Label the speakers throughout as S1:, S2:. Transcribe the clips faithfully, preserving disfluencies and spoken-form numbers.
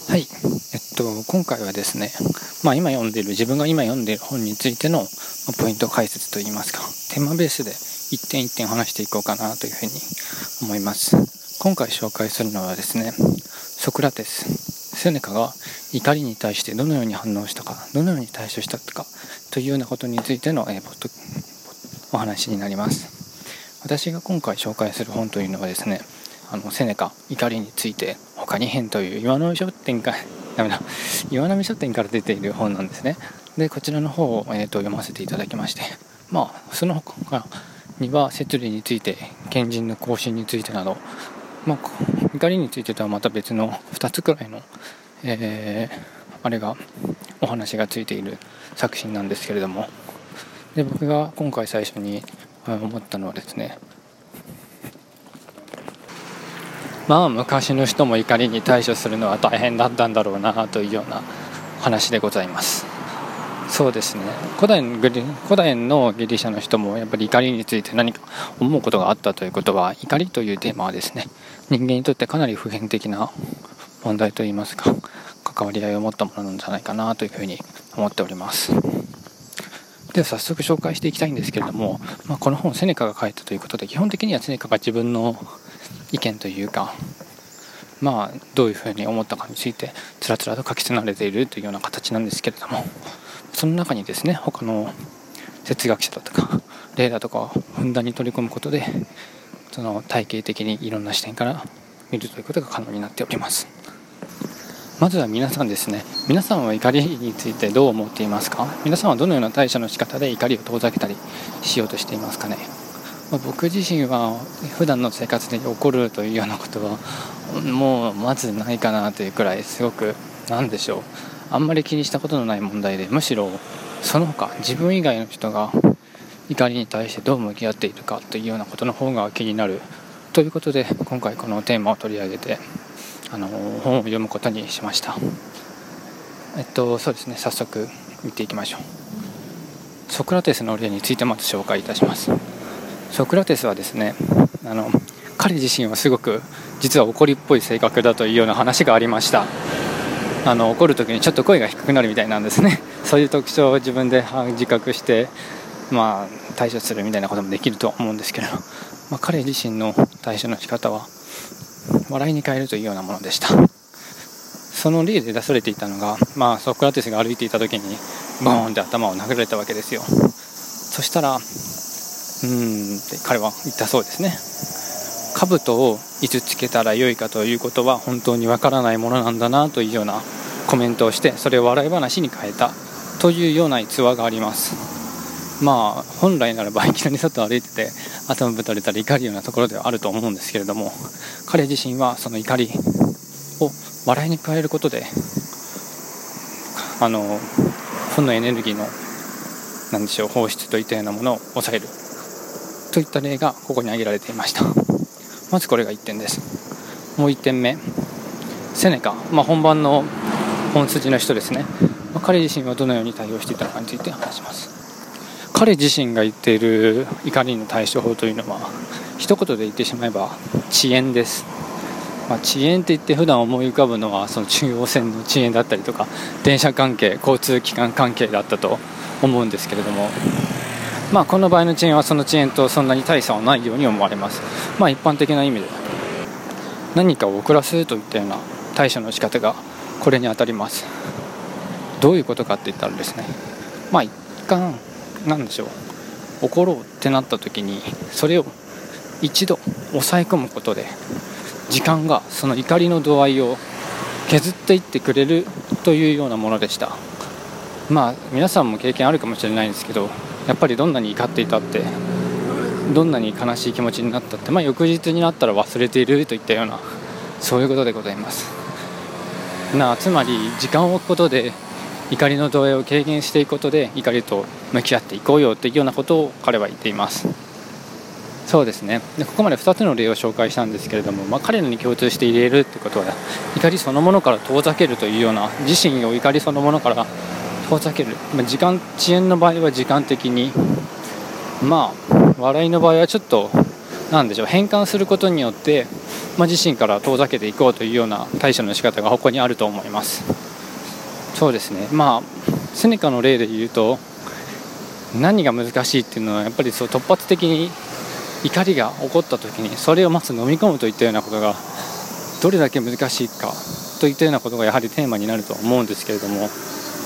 S1: はい、えっと、今回はですね、まあ、今読んでいる自分が今読んでいる本についてのポイント解説といいますか、テーマベースで一点一点話していこうかなというふうに思います。今回紹介するのはですね、ソクラテス、セネカが怒りに対してどのように反応したか、どのように対処したかというようなことについての、えー、ポッドお話になります。私が今回紹介する本というのはですね、あのセネカ怒りについて他に編という岩波書店からダメだ岩波書店から出ている本なんですね。でこちらの方を、えー、と読ませていただきまして、まあその他には摂理について、賢人の行進についてなど、まあ、怒りについてとはまた別のふたつくらいの、えー、あれがお話がついている作品なんですけれども、で僕が今回最初に思ったのはですね、まあ昔の人も怒りに対処するのは大変だったんだろうなというような話でございます。そうですね、古代の古代のギリシャの人もやっぱり怒りについて何か思うことがあったということは、怒りというテーマはですね、人間にとってかなり普遍的な問題といいますか、関わり合いを持ったものなんじゃないかなというふうに思っております。では早速紹介していきたいんですけれども、まあ、この本セネカが書いたということで、基本的にはセネカが自分の意見というか、まあどういうふうに思ったかについてつらつらと書き連ねているというような形なんですけれども、その中にですね、他の哲学者だとか例だとかをふんだんに取り込むことで、その体系的にいろんな視点から見るということが可能になっております。まずは皆さんですね、皆さんは怒りについてどう思っていますか？皆さんはどのような対処の仕方で怒りを遠ざけたりしようとしていますかね？まあ、僕自身は普段の生活で起こるというようなことはもうまずないかなというくらい、すごくなんでしょう、あんまり気にしたことのない問題で、むしろその他自分以外の人が怒りに対してどう向き合っているかというようなことの方が気になるということで、今回このテーマを取り上げてあの本を読むことにしました。えっとそうですね、早速見ていきましょう。ソクラテスの例についてまず紹介いたします。ソクラテスはですね、あの彼自身はすごく実は怒りっぽい性格だというような話がありました。あの怒る時にちょっと声が低くなるみたいなんですね。そういう特徴を自分で自覚して、まあ、対処するみたいなこともできると思うんですけど、まあ、彼自身の対処の仕方は笑いに変えるというようなものでした。その例で出されていたのが、まあ、ソクラテスが歩いていた時にボーンって頭を殴られたわけですよ。そしたらうーんって彼は言ったそうですね。兜をいつつけたらよいかということは本当にわからないものなんだなというようなコメントをして、それを笑い話に変えたというような逸話があります。まあ本来ならばいきなり外を歩いてて頭ぶたれたり怒るようなところではあると思うんですけれども、彼自身はその怒りを笑いに変えることで、あの負のエネルギーのなんでしょう放出といったようなものを抑えるといった例がここに挙げられていました。まずこれがいってんです。もういってんめ、セネカ、まあ、本番の本筋の人ですね、まあ、彼自身はどのように対応していたのかについて話します。彼自身が言っている怒りの対処法というのは一言で言ってしまえば遅延です。まあ、遅延って言って普段思い浮かぶのはその中央線の遅延だったりとか電車関係、交通機関関係だったと思うんですけれども、まあ、この場合の遅延はその遅延とそんなに大差はないように思われます。まあ、一般的な意味で何かを遅らすといったような対処の仕方がこれに当たります。どういうことかって言ったらですね、まあ一貫なんでしょう、怒ろうってなった時にそれを一度抑え込むことで時間がその怒りの度合いを削っていってくれるというようなものでした。まあ皆さんも経験あるかもしれないんですけど、やっぱりどんなに怒っていたって、どんなに悲しい気持ちになったって、まあ、翌日になったら忘れているといったような、そういうことでございます。なつまり時間を置くことで怒りの度合いを軽減していくことで怒りと向き合っていこうよというようなことを彼は言っています。そうですね。でここまでふたつの例を紹介したんですけれども、まあ、彼らに共通して言えるということは怒りそのものから遠ざけるというような、自身を怒りそのものから遠ざける、まあ、時間遅延の場合は時間的に、まあ笑いの場合はちょっとなんでしょう変換することによって、まあ、自身から遠ざけていこうというような対処の仕方が他にあると思います。そうですね、まあセネカの例で言うと何が難しいっていうのはやっぱりそう突発的に怒りが起こった時にそれをまず飲み込むといったようなことがどれだけ難しいかといったようなことがやはりテーマになると思うんですけれども、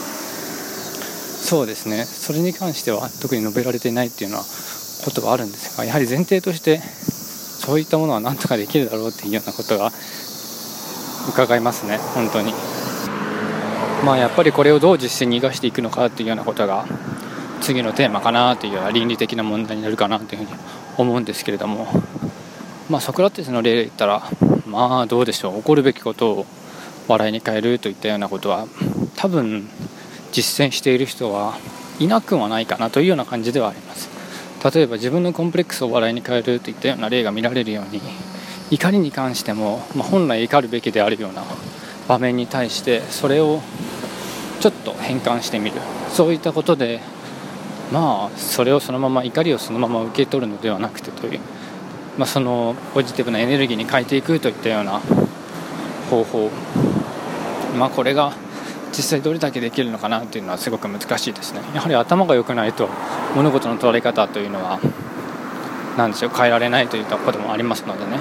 S1: そうですねそれに関しては特に述べられていないっていうのはことはあるんですが、やはり前提としてそういったものは何とかできるだろうっていうようなことが伺いますね。本当にまあやっぱりこれをどう実践に生かしていくのかっていうようなことが次のテーマかなというような倫理的な問題になるかなというふうに思うんですけれども、まあソクラテスの例で言ったらまあどうでしょう、起こるべきことを笑いに変えるといったようなことは多分実践している人はいなくはないかなというような感じではあります。例えば自分のコンプレックスを笑いに変えるといったような例が見られるように、怒りに関しても、まあ、本来怒るべきであるような場面に対してそれをちょっと変換してみる、そういったことでまあそれをそのまま怒りをそのまま受け取るのではなくてという、まあ、そのポジティブなエネルギーに変えていくといったような方法、まあこれが実際どれだけできるのかなというのはすごく難しいですね。やはり頭が良くないと物事の捉え方というのは何でしょう変えられないといったこともありますのでね、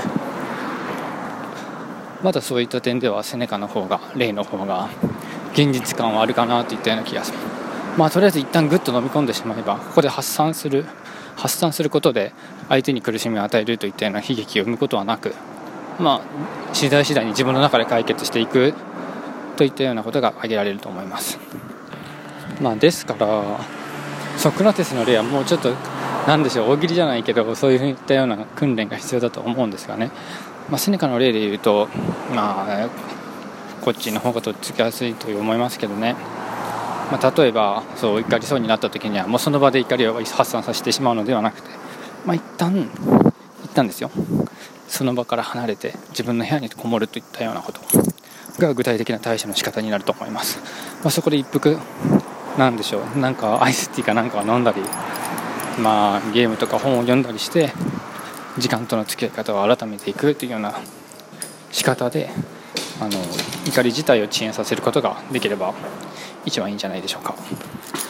S1: まだそういった点ではセネカの方が例の方が現実感はあるかなといったような気がします。まあとりあえず一旦グッと飲み込んでしまえばここで発散する発散することで相手に苦しみを与えるといったような悲劇を生むことはなく、まあ次第次第に自分の中で解決していくといったようなことが挙げられると思います。まあですからソクラテスの例はもうちょっとなんでしょう大喜利じゃないけどそういったような訓練が必要だと思うんですがね、まあ、セネカの例で言うとまあこっちの方がとっつきやすいと思いますけどね、まあ、例えばそう怒りそうになった時にはもうその場で怒りを発散させてしまうのではなくて、まあ、一旦一旦ですよその場から離れて自分の部屋にこもるといったようなことが具体的な対処の仕方になると思います。まあ、そこで一服なんでしょうなんかアイスティーかなんかを飲んだり、まあ、ゲームとか本を読んだりして時間との付き合い方を改めていくというような仕方であの怒り自体を遅延させることができれば一番いいんじゃないでしょうか。